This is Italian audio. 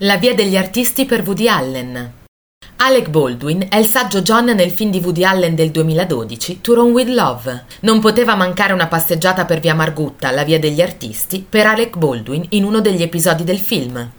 La via degli artisti per Woody Allen. Alec Baldwin è il saggio John nel film di Woody Allen del 2012, To Rome with Love. Non poteva mancare una passeggiata per via Margutta, la via degli artisti, per Alec Baldwin in uno degli episodi del film.